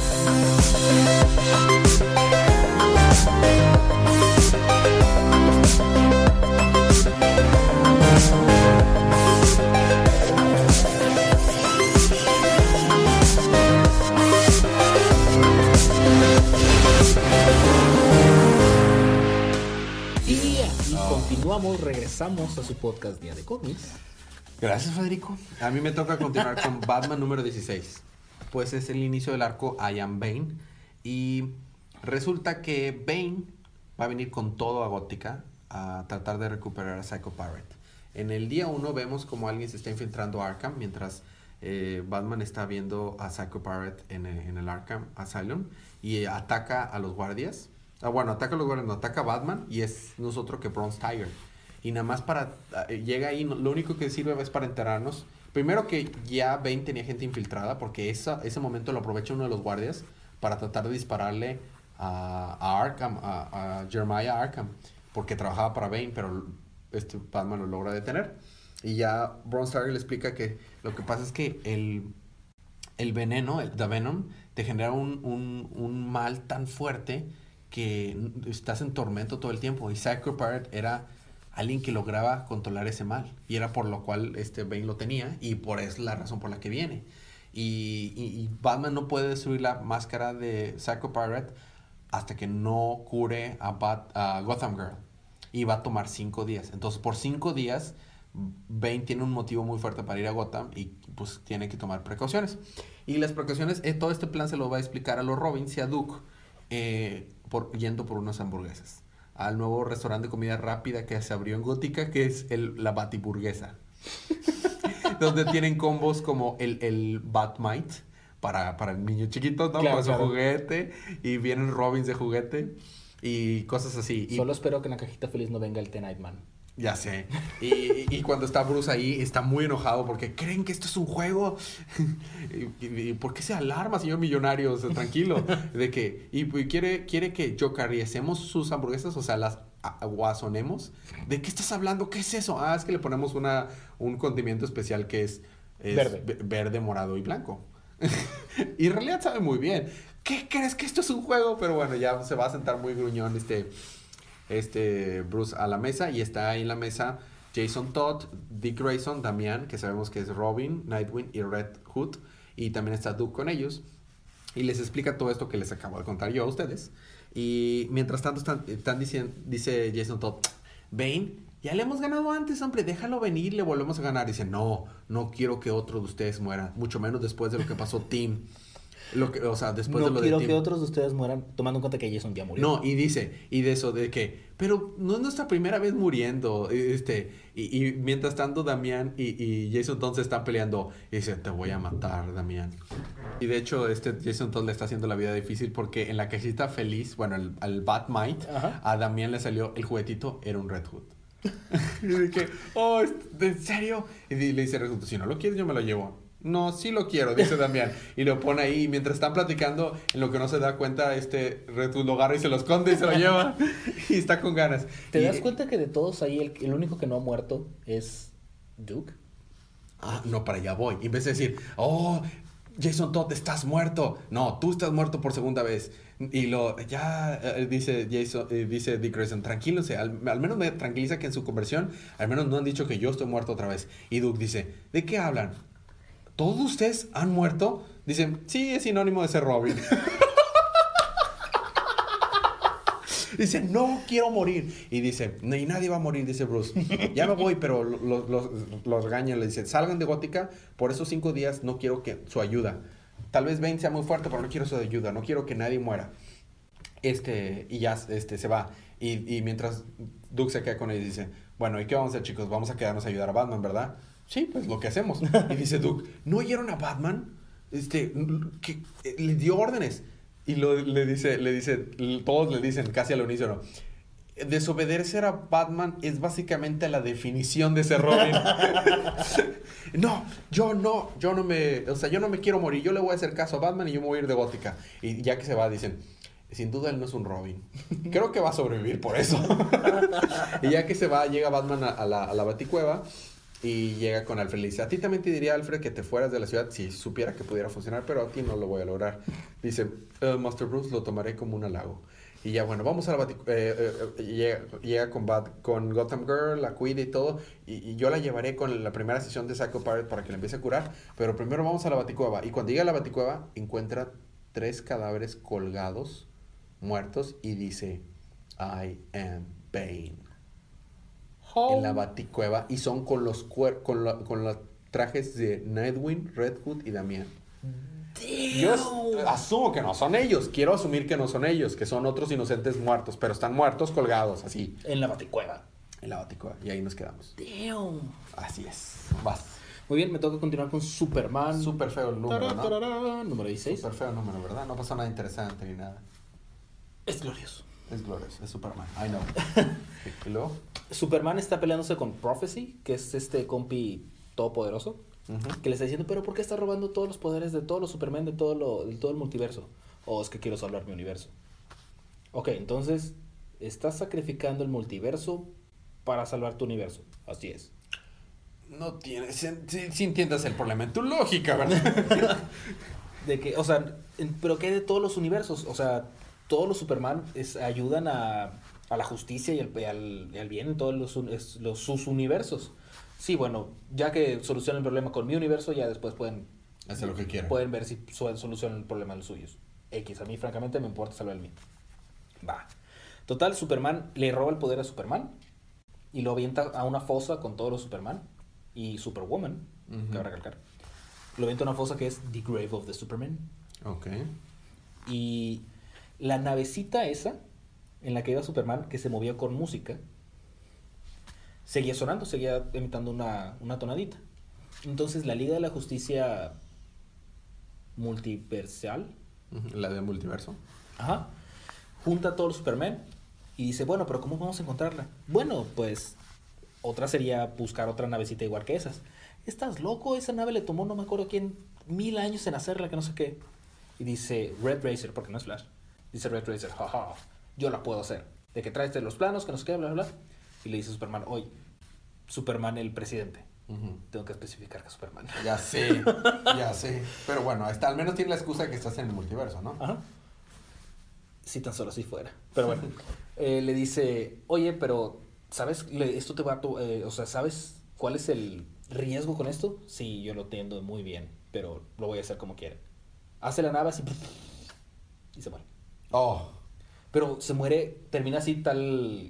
Regresamos a su podcast Día de Cómics. Gracias, Federico. A mí me toca continuar con Batman número 16. Pues es el inicio del arco I Am Bane. Y resulta que Bane va a venir con todo a Gótica a tratar de recuperar a Psycho Pirate. En el día 1 vemos como alguien se está infiltrando a Arkham mientras Batman está viendo a Psycho Pirate en el Arkham Asylum y ataca a los guardias. Ataca a los guardias, no, ataca a Batman y es nosotros que Bronze Tiger. Y nada más llega ahí, lo único que sirve es para enterarnos. Primero que ya Bane tenía gente infiltrada, porque ese momento lo aprovecha uno de los guardias para tratar de dispararle a Arkham, a Jeremiah Arkham, porque trabajaba para Bane, pero Batman lo logra detener. Y ya Bronze Tiger le explica que lo que pasa es que el veneno, The Venom, te genera un mal tan fuerte que estás en tormento todo el tiempo. Y Psycho Pirate era alguien que lograba controlar ese mal. Y era por lo cual Bane lo tenía. Y por eso es la razón por la que viene. Y Batman no puede destruir la máscara de Psycho Pirate hasta que no cure a Gotham Girl. Y va a tomar 5 días. Entonces, por 5 días, Bane tiene un motivo muy fuerte para ir a Gotham. Y pues tiene que tomar precauciones. Y las precauciones, todo este plan se lo va a explicar a los Robins y a Duke. Yendo por unas hamburguesas al nuevo restaurante de comida rápida que se abrió en Gótica, que es la Batiburguesa. Donde tienen combos como el Batmite para el niño chiquito, ¿no? Claro, con su juguete, y vienen Robins de juguete y cosas así. Solo espero que en la cajita feliz no venga el The Nightman. Ya sé. Y cuando está Bruce ahí, está muy enojado porque creen que esto es un juego. ¿Y por qué se alarma, señor millonario? O sea, tranquilo. De que, y quiere que jocarriesemos sus hamburguesas, o sea, las guasonemos. ¿De qué estás hablando? ¿Qué es eso? Es que le ponemos un condimento especial que es verde, morado y blanco. Y en realidad sabe muy bien. ¿Qué crees que esto es un juego? Pero bueno, ya se va a sentar muy gruñón Bruce a la mesa, y está ahí en la mesa Jason Todd, Dick Grayson, Damián, que sabemos que es Robin, Nightwing y Red Hood, y también está Duke con ellos, y les explica todo esto que les acabo de contar yo a ustedes. Y mientras tanto están diciendo, dice Jason Todd, Bane, ya le hemos ganado antes, hombre, déjalo venir, le volvemos a ganar. Dice, no quiero que otro de ustedes muera, mucho menos después de lo que pasó Tim. O sea, después No de lo quiero de que Tim. otros de ustedes mueran, tomando en cuenta que Jason ya murió. No, y de eso, de que, pero no es nuestra primera vez muriendo, y mientras tanto Damián y Jason Todd se están peleando, y dice, te voy a matar, Damián. Y de hecho, Jason Todd le está haciendo la vida difícil porque en la cajita feliz, bueno, al Batmite, Ajá. a Damián le salió el juguetito, era un Red Hood. Y de que, oh, ¿en serio? Y le dice Red Hood, si no lo quieres, yo me lo llevo. No, sí lo quiero, dice Damián. Y lo pone ahí. Y mientras están platicando, en lo que no se da cuenta, Red Hood lo agarra y se lo esconde y se lo lleva. Y está con ganas. ¿Te Y- das cuenta que de todos ahí el único que no ha muerto es Duke? Ah, no, para allá voy. Y en vez de decir, oh, Jason Todd, estás muerto. No, tú estás muerto por segunda vez. Y dice dice Dick Grayson, tranquílense, al menos me tranquiliza que en su conversión, al menos no han dicho que yo estoy muerto otra vez. Y Duke dice, ¿de qué hablan? ¿Todos ustedes han muerto? Dicen, sí, es sinónimo de ser Robin. Dice, no quiero morir. Y dice, y nadie va a morir, dice Bruce. Ya me voy, pero los regaña. Le dice, salgan de Gótica, por esos 5 días no quiero que su ayuda. Tal vez Bane sea muy fuerte, pero no quiero su ayuda. No quiero que nadie muera. Y ya se va. Y mientras Duke se queda con él y dice, bueno, ¿y qué vamos a hacer, chicos? Vamos a quedarnos a ayudar a Batman, ¿verdad? Sí, pues lo que hacemos. Y dice Duke, ¿no oyeron a Batman? Que le dio órdenes. Y todos le dicen casi al unísono, desobedecer a Batman es básicamente la definición de ser Robin. yo no me quiero morir, yo le voy a hacer caso a Batman y yo me voy a ir de Gótica. Y ya que se va, dicen, sin duda él no es un Robin. Creo que va a sobrevivir por eso. Y ya que se va, llega Batman a la Baticueva y llega con Alfred. Le dice, a ti también te diría, Alfred, que te fueras de la ciudad si supiera que pudiera funcionar, pero a ti no lo voy a lograr. Dice, Master Bruce, lo tomaré como un halago. Y ya, bueno, vamos a la llega con Gotham Girl, la cuida y todo. Y yo la llevaré con la primera sesión de Psycho Pirate para que la empiece a curar. Pero primero vamos a la Baticueva. Y cuando llega a la Baticueva, encuentra 3 cadáveres colgados, muertos. Y dice, I am Bane. En la Baticueva. Y son con los trajes de Nightwing, Red Hood y Damián. Yo asumo que no son ellos. Quiero asumir que no son ellos, que son otros inocentes muertos, pero están muertos colgados, así. En la Baticueva. En la Baticueva. Y ahí nos quedamos. Damn. Así es. Vas. Muy bien, me toca continuar con Superman. Súper feo el número, ¿no? Tararara, número 16. Súper feo el número, ¿verdad? No pasó nada interesante ni nada. Es glorioso. Es glorioso, es Superman. I know. ¿Y luego? Superman está peleándose con Prophecy, que es este compi todopoderoso, que le está diciendo, pero ¿por qué estás robando todos los poderes de todos los Superman de todo el multiverso? O es que quiero salvar mi universo. Ok, entonces, estás sacrificando el multiverso para salvar tu universo. Así es. No tiene si entiendas el problema en tu lógica, ¿verdad? De que, o sea, pero ¿qué de todos los universos? O sea, todos los Superman ayudan a la justicia y al bien en todos sus universos. Sí, bueno, ya que solucionan el problema con mi universo, ya después pueden Hacer lo que quieran. Pueden ver si solucionan el problema de los suyos. X, a mí francamente me importa salvar el mío. Va. Total, Superman le roba el poder a Superman y lo avienta a una fosa con todos los Superman y Superwoman, que va a recalcar. Lo avienta a una fosa que es The Grave of the Superman. Ok. Y la navecita esa en la que iba Superman, que se movía con música, seguía sonando, seguía emitiendo una tonadita. Entonces la Liga de la Justicia multiversal, La de multiverso. ajá, junta a todos los Superman y dice, bueno, pero ¿cómo vamos a encontrarla? Bueno, pues otra sería buscar otra navecita igual que esas. ¿Estás loco? Esa nave le tomó no me acuerdo quién 1000 años en hacerla, que no sé qué. Y dice Red Racer, porque no es Flash. Dice Red Racer, jaja, yo la puedo hacer. De que traes los planos, que no sé qué, bla, bla, bla. Y le dice Superman, oye, Superman el presidente. Tengo que especificar que es Superman. Ya sé, ya sé. Pero bueno, al menos tiene la excusa de que estás en el multiverso, ¿no? Ajá. Si tan solo así fuera. Pero bueno, le dice, oye, pero ¿sabes? Esto te va a... o sea, ¿sabes cuál es el riesgo con esto? Sí, yo lo entiendo muy bien, pero lo voy a hacer como quiera. Hace la nave así y se muere. Oh. Pero se muere, termina así tal,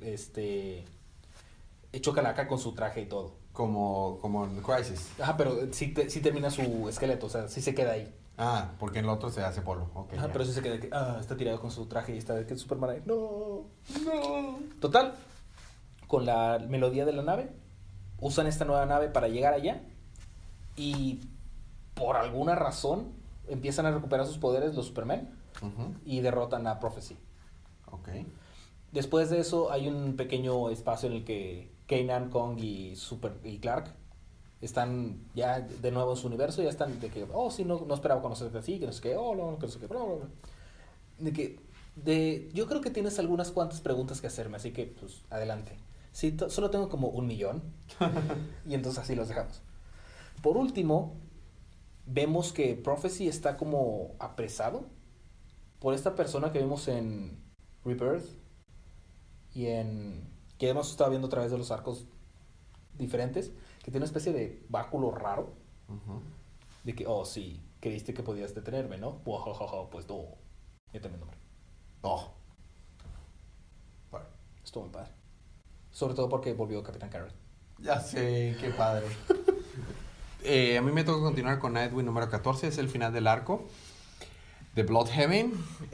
hecho calaca con su traje y todo. Como en Crisis. Ajá, pero sí termina su esqueleto, o sea, sí se queda ahí. Ah, porque en el otro se hace polvo. Ok, Ajá, ya. pero sí se queda de que, está tirado con su traje y está de que Superman ahí, no, no. Total, con la melodía de la nave, usan esta nueva nave para llegar allá y por alguna razón empiezan a recuperar sus poderes los Superman Ujú. y derrotan a Prophecy. Ok. Después de eso hay un pequeño espacio en el que Kanan, Kong y Clark están ya de nuevo en su universo, ya están de que, oh, sí, no esperaba conocerte así, que no sé qué, oh, no, que no sé qué, bla, bla, bla. De que, yo creo que tienes algunas cuantas preguntas que hacerme, así que, pues, adelante. Sí, solo tengo como 1,000,000 y entonces así los dejamos. Por último, vemos que Prophecy está como apresado por esta persona que vimos en Rebirth y que hemos estado viendo a través de los arcos diferentes, que tiene una especie de báculo raro, Ujú. de que, oh, sí, creíste que podías detenerme, ¿no? Pues no, ya te mi nombre. Oh. Bueno. Estuvo muy padre. Sobre todo porque volvió Capitán Carrot. Ya sé, qué padre. A mí me toca continuar con Nightwing número 14, es el final del arco de Bloodhaven.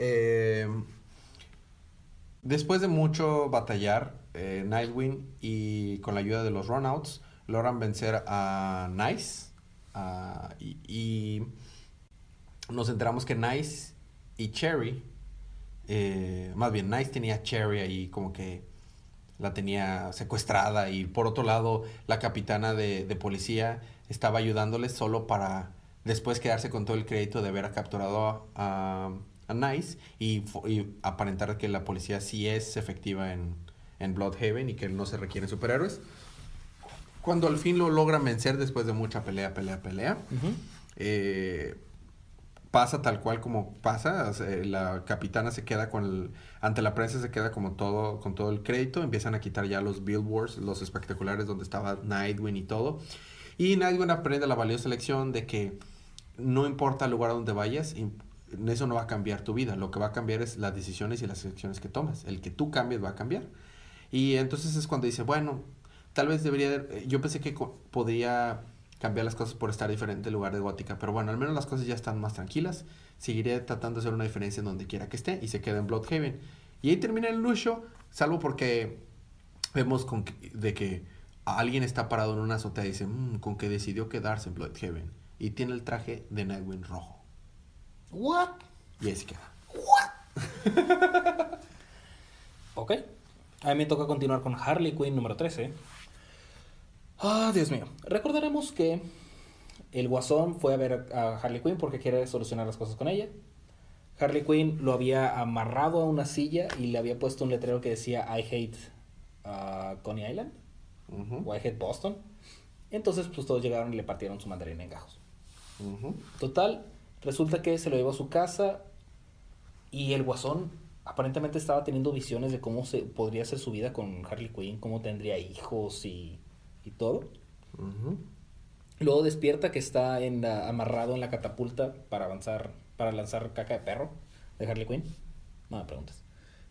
Después de mucho batallar, Nightwing y con la ayuda de los Runouts logran vencer a Nice. Y nos enteramos que Nice y Cherry, más bien Nice tenía a Cherry ahí como que la tenía secuestrada, y por otro lado la capitana de policía estaba ayudándoles solo para después quedarse con todo el crédito de haber capturado a Nice y aparentar que la policía sí es efectiva en Bloodhaven y que no se requieren superhéroes. Cuando al fin lo logran vencer después de mucha pelea, Uh-huh. pasa tal cual como pasa. O sea, la capitana se queda ante la prensa se queda como todo, con todo el crédito. Empiezan a quitar ya los billboards, los espectaculares donde estaba Nightwing y todo. Y Nightwing aprende la valiosa lección de que no importa el lugar a donde vayas, eso no va a cambiar tu vida. Lo que va a cambiar es las decisiones y las acciones que tomas. El que tú cambies va a cambiar. Y entonces es cuando dice, bueno, tal vez yo pensé que podría cambiar las cosas por estar diferente en lugar de Gótica, pero bueno, al menos las cosas ya están más tranquilas. Seguiré tratando de hacer una diferencia en donde quiera que esté, y se queda en Bloodhaven. Y ahí termina el lucho, salvo porque vemos de que alguien está parado en una azotea y dice, con que decidió quedarse en Bloodhaven. Y tiene el traje de Nightwing rojo. What? Y ahí se queda. Ok. A mí me toca continuar con Harley Quinn número 13. Dios mío. Recordaremos que el Guasón fue a ver a Harley Quinn porque quiere solucionar las cosas con ella. Harley Quinn lo había amarrado a una silla y le había puesto un letrero que decía I hate Coney Island o I hate Boston. Entonces pues todos llegaron y le partieron su mandarina en gajos. Total, resulta que se lo llevó a su casa y el Guasón aparentemente estaba teniendo visiones de cómo podría ser su vida con Harley Quinn, cómo tendría hijos y todo. Luego despierta que está amarrado en la catapulta para lanzar caca de perro de Harley Quinn. No me preguntes.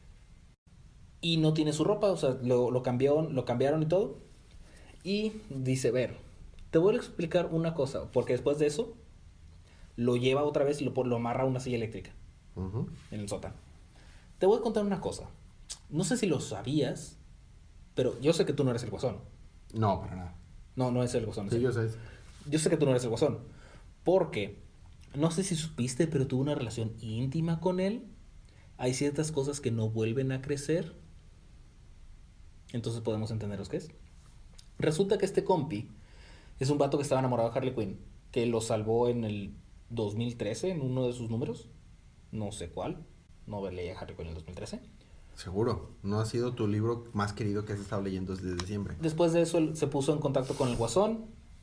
Y no tiene su ropa, o sea, lo cambiaron y todo. Y dice, ver, te voy a explicar una cosa, porque después de eso lo lleva otra vez y lo amarra a una silla eléctrica en el sótano. Te voy a contar una cosa. No sé si lo sabías, pero yo sé que tú no eres el Guasón. No, para nada. No es el Guasón. Sí, yo sé. Yo sé que tú no eres el Guasón. Porque, no sé si supiste, pero tuve una relación íntima con él. Hay ciertas cosas que no vuelven a crecer. Entonces podemos entenderos qué es. Resulta que este compi es un vato que estaba enamorado de Harley Quinn, que lo salvó en el 2013 en uno de sus números. No sé cuál. No leí a Harley Quinn en el 2013. Seguro. No ha sido tu libro más querido que has estado leyendo desde siempre. Después de eso, él se puso en contacto con el Guasón.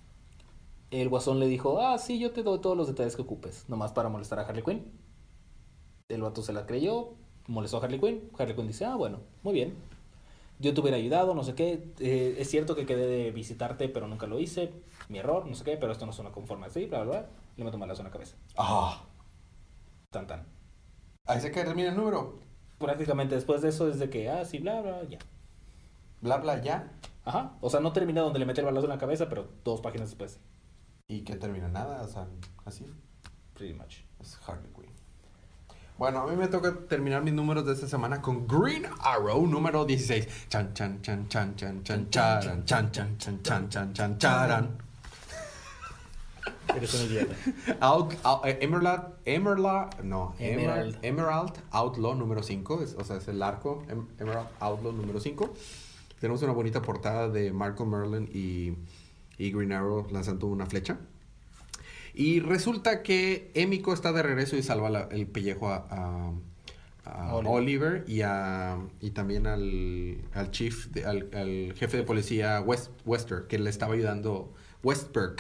El Guasón le dijo, sí, yo te doy todos los detalles que ocupes, nomás para molestar a Harley Quinn. El vato se la creyó, molestó a Harley Quinn. Harley Quinn dice, bueno, muy bien. Yo te hubiera ayudado, no sé qué. Es cierto que quedé de visitarte, pero nunca lo hice. Mi error, no sé qué, pero esto no suena conforme así, bla, bla, bla. Le meto malazo en la cabeza. Tan, tan. Ahí se termina el número. Prácticamente después de eso es de que, sí, bla, bla, ya. Bla, bla, ya. Ajá. O sea, no termina donde le mete el balazo en la cabeza, pero 2 páginas después. ¿Y qué termina? Nada, o sea, así. Pretty much. Es Harley Quinn. Bueno, a mí me toca terminar mis números de esta semana con Green Arrow número 16. Chan chan chan chan chan chan charan chan chan chan chan chan chan charan. Eres un idiota. Emerald Outlaw número 5, o sea, es el arco Emerald Outlaw número 5. Tenemos una bonita portada de Marco Merlin y Green Arrow lanzando una flecha. Y resulta que Emiko está de regreso y salva el pellejo a Oliver y también al chief, al jefe de policía Wesker, que le estaba ayudando. Westberg,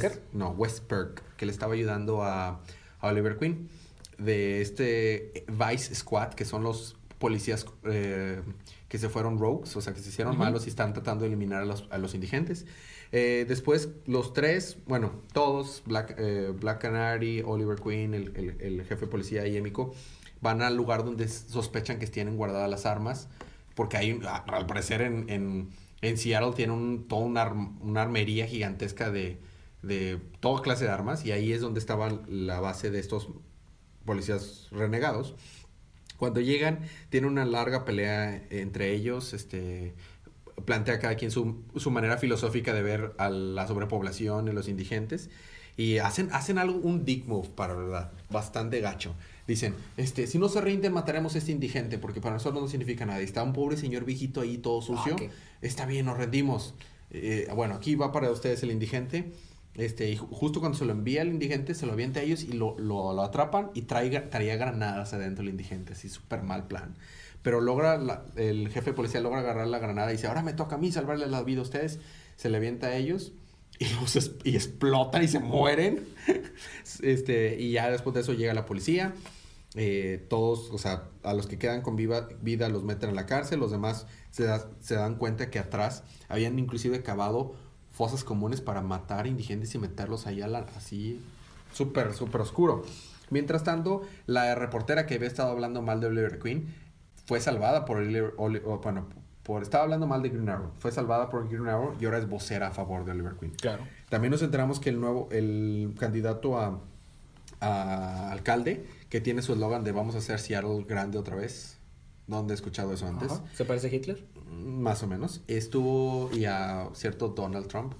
que le estaba ayudando a Oliver Queen de este Vice Squad, que son los policías que se fueron rogues, o sea, que se hicieron malos y están tratando de eliminar a los indigentes. Después, los tres, bueno, todos, Black Canary, Oliver Queen, el jefe de policía y Emiko, van al lugar donde sospechan que tienen guardadas las armas, porque hay, al parecer, en Seattle tienen toda una armería gigantesca de toda clase de armas, y ahí es donde estaba la base de estos policías renegados. Cuando llegan, tienen una larga pelea entre ellos, plantea cada quien su manera filosófica de ver a la sobrepoblación y los indigentes, y hacen algo, un dick move, para verdad, bastante gacho. Dicen, si no se rinden, mataremos a este indigente, porque para nosotros no significa nada. Está un pobre señor viejito ahí, todo sucio. Okay. Está bien, nos rendimos. Bueno, aquí va para ustedes el indigente. Y justo cuando se lo envía el indigente, se lo avienta a ellos y lo atrapan y traía granadas adentro el indigente. Así, súper mal plan. Pero el jefe de policía logra agarrar la granada y dice, ahora me toca a mí salvarle la vida a ustedes. Se le avienta a ellos y explotan y se mueren. Y ya después de eso llega la policía. Todos, o sea, a los que quedan con vida los meten a la cárcel. Los demás se dan cuenta que atrás habían inclusive cavado fosas comunes para matar indigentes y meterlos ahí así súper, súper oscuro. Mientras tanto, la reportera que había estado hablando mal de Oliver Queen fue salvada estaba hablando mal de Green Arrow. Fue salvada por Green Arrow y ahora es vocera a favor de Oliver Queen. Claro. También nos enteramos que el candidato a alcalde, que tiene su eslogan de vamos a hacer Seattle grande otra vez. ¿Dónde he escuchado eso antes? Ajá. ¿Se parece a Hitler? Más o menos. Y a cierto Donald Trump.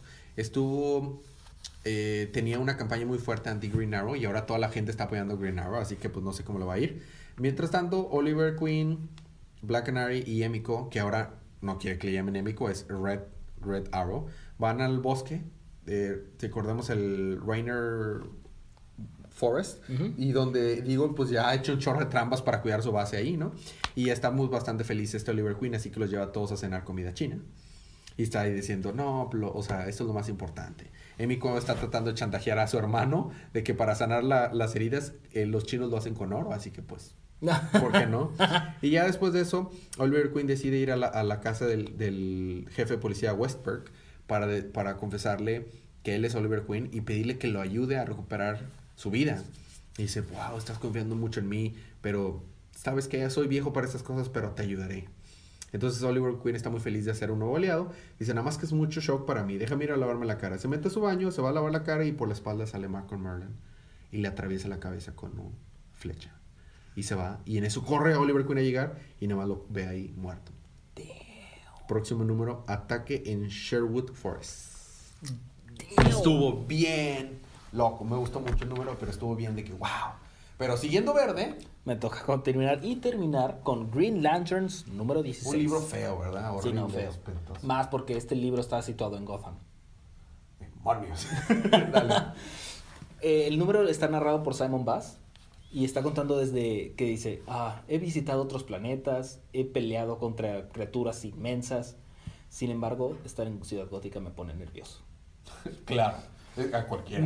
Tenía una campaña muy fuerte anti Green Arrow y ahora toda la gente está apoyando a Green Arrow, así que pues no sé cómo le va a ir. Mientras tanto, Oliver Queen, Black Canary y Emiko, que ahora no quiere que le llamen Emiko, es Red Arrow, van al bosque. Recordemos el Rainer Forest, y donde Deagle pues ya ha hecho un chorro de trampas para cuidar su base ahí, ¿no? Y estamos bastante felices Oliver Queen, así que los lleva a todos a cenar comida china. Y está ahí diciendo, no, o sea, esto es lo más importante. Emiko está tratando de chantajear a su hermano de que para sanar las heridas, los chinos lo hacen con oro, así que pues, ¿por qué no? Y ya después de eso, Oliver Queen decide ir a la casa del jefe de policía Westberg para confesarle que él es Oliver Queen y pedirle que lo ayude a recuperar su vida. Y dice, wow, estás confiando mucho en mí, pero sabes que ya soy viejo para estas cosas, pero te ayudaré. Entonces Oliver Queen está muy feliz de hacer un nuevo aliado. Dice, nada más que es mucho shock para mí, déjame ir a lavarme la cara. Se mete a su baño, se va a lavar la cara y por la espalda sale Malcolm Merlin y le atraviesa la cabeza con una flecha. Y se va, y en eso corre Oliver Queen a llegar y nada más lo ve ahí muerto. Damn. Próximo número, ataque en Sherwood Forest. Damn. Estuvo bien loco, me gustó mucho el número, pero estuvo bien de que wow. Pero siguiendo verde, me toca terminar con Green Lanterns número 16. Un libro feo, ¿verdad? Sí, no, feo. Más porque este libro está situado en Gotham. Demonios. Dale. El número está narrado por Simon Bass y está contando desde que dice, he visitado otros planetas, he peleado contra criaturas inmensas, sin embargo, estar en Ciudad Gótica me pone nervioso. Claro, a cualquiera.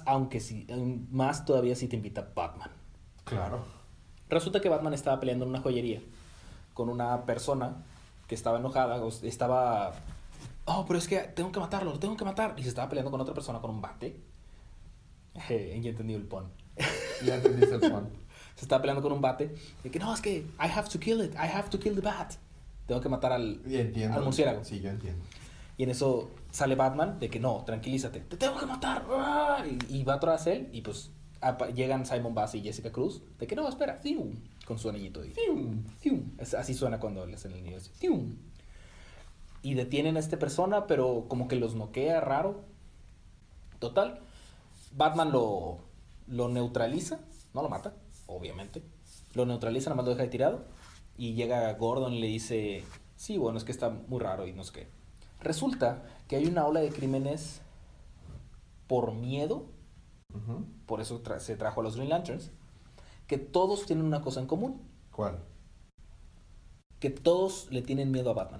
Más todavía si te invita Batman. Claro. Resulta que Batman estaba peleando en una joyería con una persona que estaba enojada, pero es que tengo que matarlo, lo tengo que matar. Y se estaba peleando con otra persona con un bate. Ya entendí el pun. Ya entendiste el pun. Se estaba peleando con un bate. Y que no, es que I have to kill it. I have to kill the bat. Tengo que matar al murciélago. Sí, yo entiendo. Y en eso sale Batman de que no, tranquilízate. Te tengo que matar. Y va tras él y pues llegan Simon Bass y Jessica Cruz, de que no, espera, ¡fium! Con su anillito. Y, ¡fium! Así suena cuando le hacen el anillo. ¡Fium! Y detienen a esta persona, pero como que los noquea raro. Total, Batman lo neutraliza, no lo mata, obviamente. Lo neutraliza, nada más lo deja ahí tirado. Y llega Gordon y le dice, sí, bueno, es que está muy raro y no sé qué. Resulta que hay una ola de crímenes por miedo, por eso se trajo a los Green Lanterns, que todos tienen una cosa en común. ¿Cuál? Que todos le tienen miedo a Batman.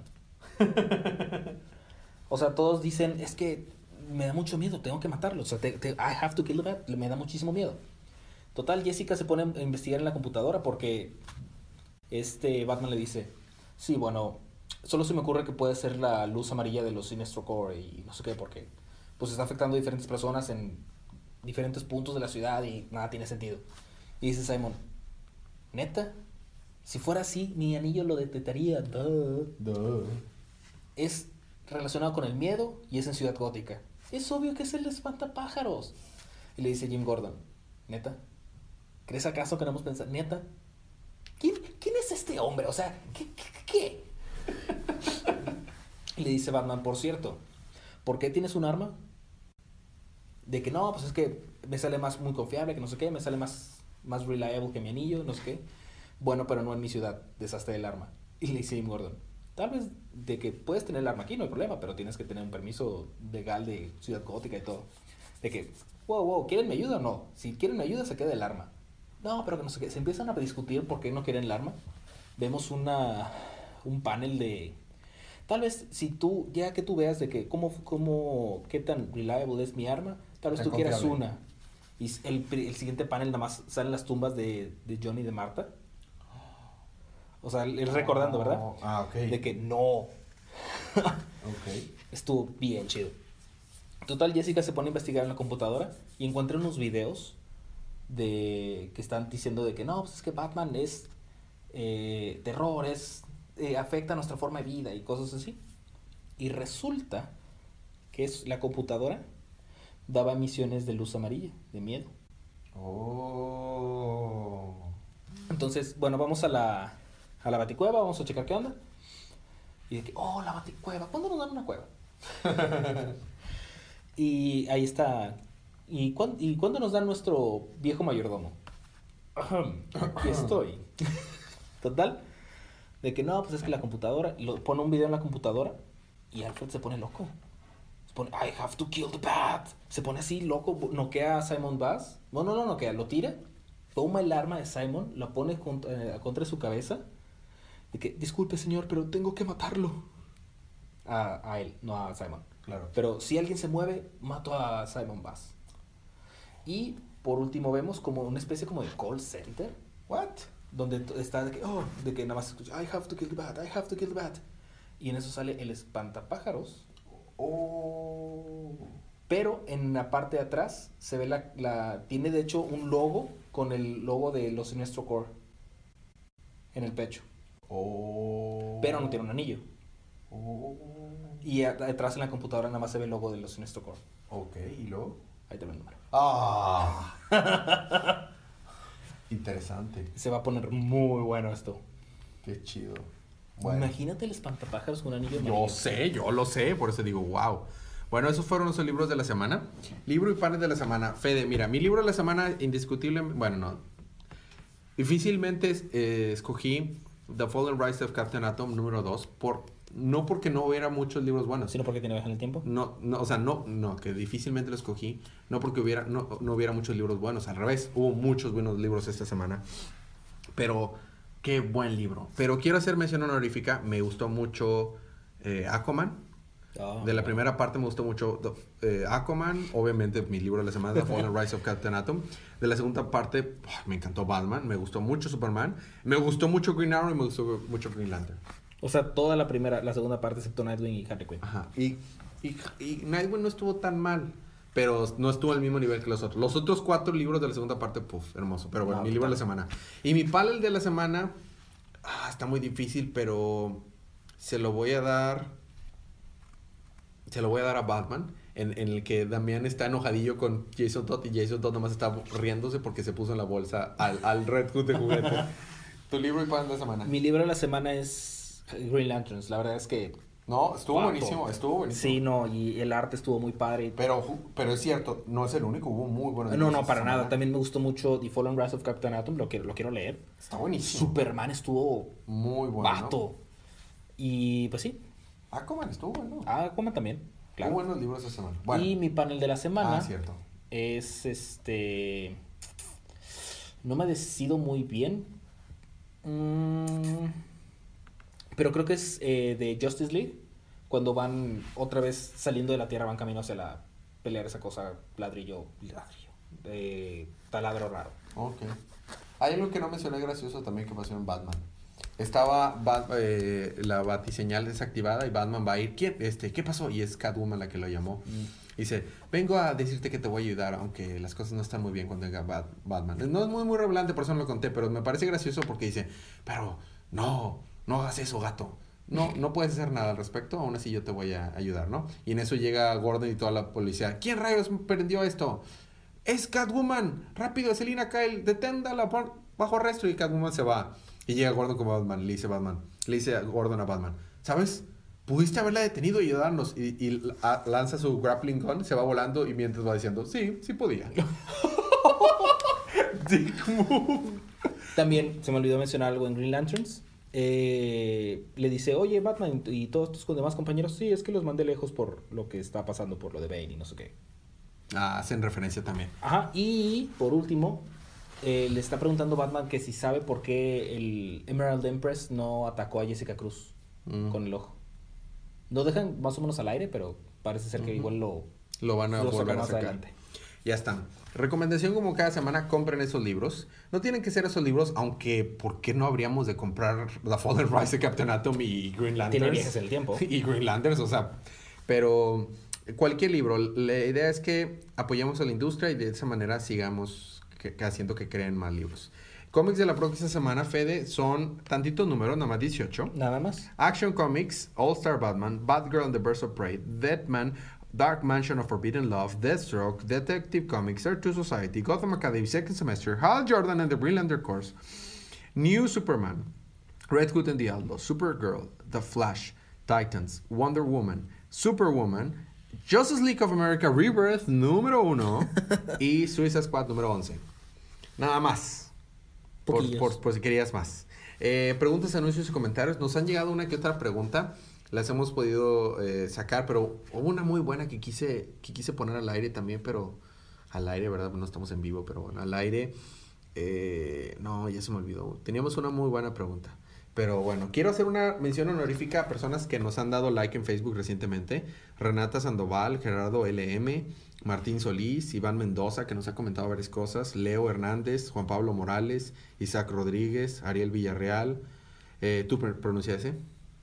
O sea, todos dicen, es que me da mucho miedo, tengo que matarlo. O sea, I have to kill the Bat. Me da muchísimo miedo. Total, Jessica se pone a investigar en la computadora porque Batman le dice, sí, bueno, solo se me ocurre que puede ser la luz amarilla de los Sinestro Corps y no sé qué, porque pues está afectando a diferentes personas en diferentes puntos de la ciudad y nada tiene sentido. Y dice Simon, ¿neta? Si fuera así, mi anillo lo detectaría. Duh. Es relacionado con el miedo y es en Ciudad Gótica. Es obvio que es el espantapájaros. Y le dice Jim Gordon, ¿neta? ¿Crees acaso que no hemos pensado? ¿Neta? ¿Quién es este hombre? O sea, ¿qué? Y le dice Batman, por cierto, ¿por qué tienes un arma? De que no, pues es que me sale más muy confiable, que no sé qué, me sale más reliable que mi anillo, no sé qué. Bueno, pero no en mi ciudad, deshazte del arma. Y le dice Jim Gordon, tal vez de que puedes tener el arma aquí, no hay problema, pero tienes que tener un permiso legal de Ciudad Gótica y todo. De que, wow, ¿quieren mi ayuda o no? Si quieren mi ayuda, se queda el arma. No, pero que no sé qué. Se empiezan a discutir por qué no quieren el arma. Vemos un panel de... Tal vez si tú, ya que tú veas de que qué tan reliable es mi arma, tal vez tú quieras una. Y el siguiente panel nada más salen las tumbas de Johnny y de Martha. O sea, él recordando, ¿verdad? Ok. De que no. Ok. Estuvo bien chido. Total, Jessica se pone a investigar en la computadora y encuentra unos videos que están diciendo de que no, pues es que Batman es terror, afecta a nuestra forma de vida y cosas así. Y resulta que la computadora daba emisiones de luz amarilla, de miedo. Oh. Entonces, bueno, vamos a la Baticueva, vamos a checar qué onda. Y de que, la Baticueva, ¿cuándo nos dan una cueva? Y ahí está. ¿Y cuándo nos dan nuestro viejo mayordomo? Aquí estoy. Total, de que no, pues es que la computadora, pone un video en la computadora y Alfred se pone loco. Se pone, I have to kill the bat. Se pone así loco, noquea a Simon Bass. Bueno, no lo noquea, lo tira, toma el arma de Simon, la pone contra su cabeza. De que, disculpe señor, pero tengo que matarlo. A él, no a Simon. Claro. Pero si alguien se mueve, mato a Simon Bass. Y por último vemos como una especie como de call center. What? Donde está de que nada más escucha, I have to kill the bat, I have to kill the bat. Y en eso sale el espantapájaros. Oh. Pero en la parte de atrás se ve tiene de hecho un logo con el logo de los Sinestro Corps en el pecho. Oh. Pero no tiene un anillo. Oh. Y atrás en la computadora nada más se ve el logo de los Sinestro Corps. Ok, ¿y luego? Ahí te ve el número. Interesante. Se va a poner muy bueno esto. Qué chido. Bueno. Imagínate el espantapájaros con un anillo Yo lo sé, por eso digo, wow. Bueno, esos fueron los libros de la semana. Libro y panel de la semana. Fede, mira, mi libro de la semana, indiscutiblemente, bueno, no. Difícilmente escogí The Fallen Rise of Captain Atom número 2 no porque no hubiera muchos libros buenos. ¿Sino porque tiene viaje en el tiempo? No, o sea, no, que difícilmente lo escogí. No porque no hubiera muchos libros buenos. Al revés, hubo muchos buenos libros esta semana. Pero, qué buen libro. Pero quiero hacer mención honorífica. Me gustó mucho Aquaman. De la primera parte me gustó mucho Aquaman. Obviamente, mi libro de la semana, The Fallen Rise of Captain Atom. De la segunda parte, me encantó Batman. Me gustó mucho Superman. Me gustó mucho Green Arrow y me gustó mucho Green Lantern. O sea, toda la segunda parte, excepto Nightwing y Harley Quinn. Ajá. Y Nightwing no estuvo tan mal, pero no estuvo al mismo nivel que los otros. Los otros 4 libros de la segunda parte, hermoso. Pero bueno, mi libro de la semana. Y mi panel de la semana, está muy difícil, pero se lo voy a dar a Batman. en el que Damián está enojadillo con Jason Todd y Jason Todd nomás está riéndose porque se puso en la bolsa al Red Hood de juguete. ¿Tu libro y pan de la semana? Mi libro de la semana es Green Lanterns. La verdad es que... No, estuvo Guapo. buenísimo. Sí, no, y el arte estuvo muy padre. Pero es cierto, no es el único, hubo muy buenos No, libros para esta nada. semana. También me gustó mucho The Fallen Wrath of Captain Atom, lo quiero leer. Está buenísimo. Superman estuvo Muy bueno. vato. Y pues sí, Aquaman estuvo bueno. Aquaman también, claro. Hubo buenos libros esta semana. Bueno. Y mi panel de la semana Cierto. es no me decido muy bien. Pero creo que es de Justice League. Cuando van otra vez saliendo de la Tierra, van camino hacia la pelear esa cosa, ladrillo, taladro raro. Ok. Hay algo que no mencioné gracioso también que pasó en Batman. Estaba la batiseñal desactivada y Batman va a ir. ¿Qué pasó? Y es Catwoman la que lo llamó. Dice, vengo a decirte que te voy a ayudar, aunque las cosas no están muy bien cuando venga Batman. No es muy revelante, por eso no lo conté, pero me parece gracioso porque dice, pero no hagas eso, gato. No puedes hacer nada al respecto, aún así yo te voy a ayudar, ¿no? Y en eso llega Gordon y toda la policía. ¿Quién rayos prendió esto? ¡Es Catwoman! ¡Rápido, Selina Kyle! ¡Deténdala bajo arresto! Y Catwoman se va. Y llega Gordon con Batman. Le dice Gordon a Batman, ¿sabes? Pudiste haberla detenido y ayudarnos. Y lanza su grappling gun, se va volando y mientras va diciendo, sí podía. Dick move. También se me olvidó mencionar algo en Green Lanterns. Le dice, oye, Batman y todos tus demás compañeros, sí, es que los mandé lejos por lo que está pasando, por lo de Bane y no sé qué. Hacen referencia también. Ajá, y por último, le está preguntando Batman que si sabe por qué el Emerald Empress no atacó a Jessica Cruz con el ojo. Lo dejan más o menos al aire, pero parece ser que igual lo van a volver a sacar. Adelante. Ya están. Recomendación como cada semana, compren esos libros. No tienen que ser esos libros, aunque ¿por qué no habríamos de comprar The Fallen Rise de Captain Atom y Green Lanterns? Tiene viajes en el tiempo. Y Green Lanterns, o sea, pero cualquier libro. La idea es que apoyemos a la industria y de esa manera sigamos haciendo que creen más libros. Cómics de la próxima semana, Fede, son tantitos números, nada más 18. Nada más. Action Comics, All Star Batman, Batgirl and the Birds of Prey, Deadman, Dark Mansion of Forbidden Love, Deathstroke, Detective Comics, Earth 2 Society, Gotham Academy Second Semester, Hal Jordan and the Greenlander Corps, New Superman, Red Hood and the Outlaws, Supergirl, The Flash, Titans, Wonder Woman, Superwoman, Justice League of America Rebirth número 1 y Suicide Squad número 11. Nada más. Por si querías más. Preguntas, anuncios y comentarios. Nos han llegado una que otra pregunta. Las hemos podido sacar, pero hubo una muy buena que quise poner al aire también, pero al aire, ¿verdad? No estamos en vivo, pero bueno, al aire. No, ya se me olvidó. Teníamos una muy buena pregunta. Pero bueno, quiero hacer una mención honorífica a personas que nos han dado like en Facebook recientemente. Renata Sandoval, Gerardo LM, Martín Solís, Iván Mendoza, que nos ha comentado varias cosas, Leo Hernández, Juan Pablo Morales, Isaac Rodríguez, Ariel Villarreal. ¿Tú pronuncias ese?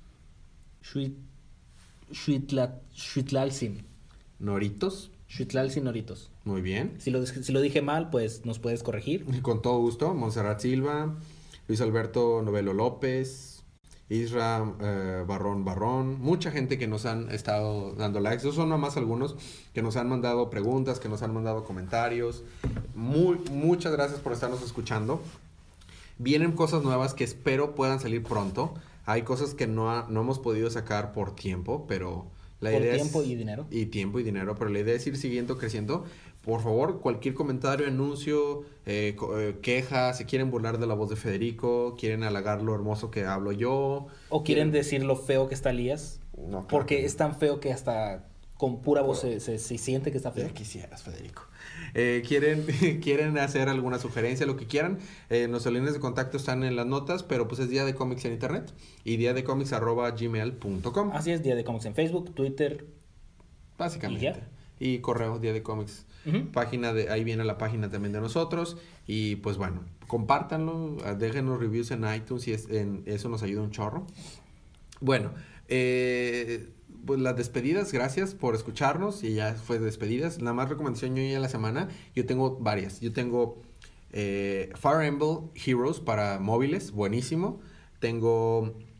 Schwitlalsin. Noritos. Schwitlalsin Noritos. Muy bien. Si lo dije mal, pues nos puedes corregir. Con todo gusto. Montserrat Silva, Luis Alberto Novelo López, Isra Barrón. Mucha gente que nos han estado dando likes. Esos son nomás algunos que nos han mandado preguntas, que nos han mandado comentarios. Muchas gracias por estarnos escuchando. Vienen cosas nuevas que espero puedan salir pronto. Hay cosas que no hemos podido sacar por tiempo, pero la idea tiempo es... y dinero. Y tiempo y dinero, pero la idea es ir siguiendo creciendo. Por favor, cualquier comentario, anuncio, queja, si quieren burlar de la voz de Federico, quieren halagar lo hermoso que hablo yo. O quieren decir lo feo que está Elías. No, claro porque que es tan feo que hasta con pura voz se siente que está feo. Ya quisieras, Federico. Quieren hacer alguna sugerencia, lo que quieran. Nuestras líneas de contacto están en las notas, pero pues es Día de Cómics en internet y diadecomics@gmail.com. Así es, Día de Cómics en Facebook, Twitter. Básicamente. Y correo, Día de Cómics. Página ahí viene la página también de nosotros. Y pues bueno, compártanlo, déjenos reviews en iTunes y eso nos ayuda un chorro. Bueno, pues las despedidas, gracias por escucharnos. Y ya fue despedidas. La más recomendación yo ya la semana, yo tengo varias. Yo tengo Fire Emblem Heroes para móviles, buenísimo. Tengo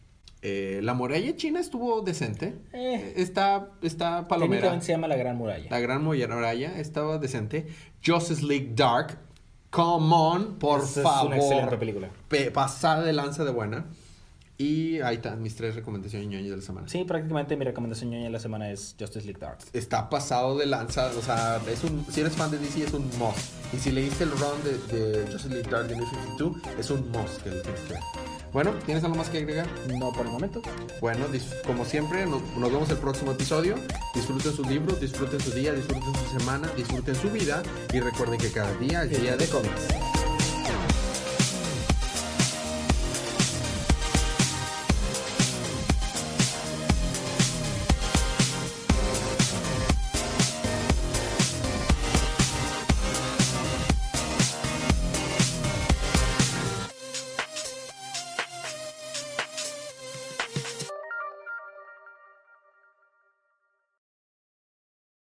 La muralla china estuvo decente. Está palomera. Técnicamente se llama La Gran Muralla. La Gran Muralla estaba decente. Justice League Dark. Come on, por favor. Es una excelente película. Pasada de lanza de buena. Y ahí están mis 3 recomendaciones ñoñas de la semana. Sí, prácticamente mi recomendación ñoña de la semana es Justice League Dark. Está pasado de lanza, o sea, si eres fan de DC es un must. Y si leíste el run de Justice League Dark de New 52, es un must que lo tienes que ver. Bueno, ¿tienes algo más que agregar? No por el momento. Bueno, como siempre, nos vemos el próximo episodio. Disfruten sus libros, disfruten su día, disfruten su semana, disfruten su vida. Y recuerden que cada día es día de cómics.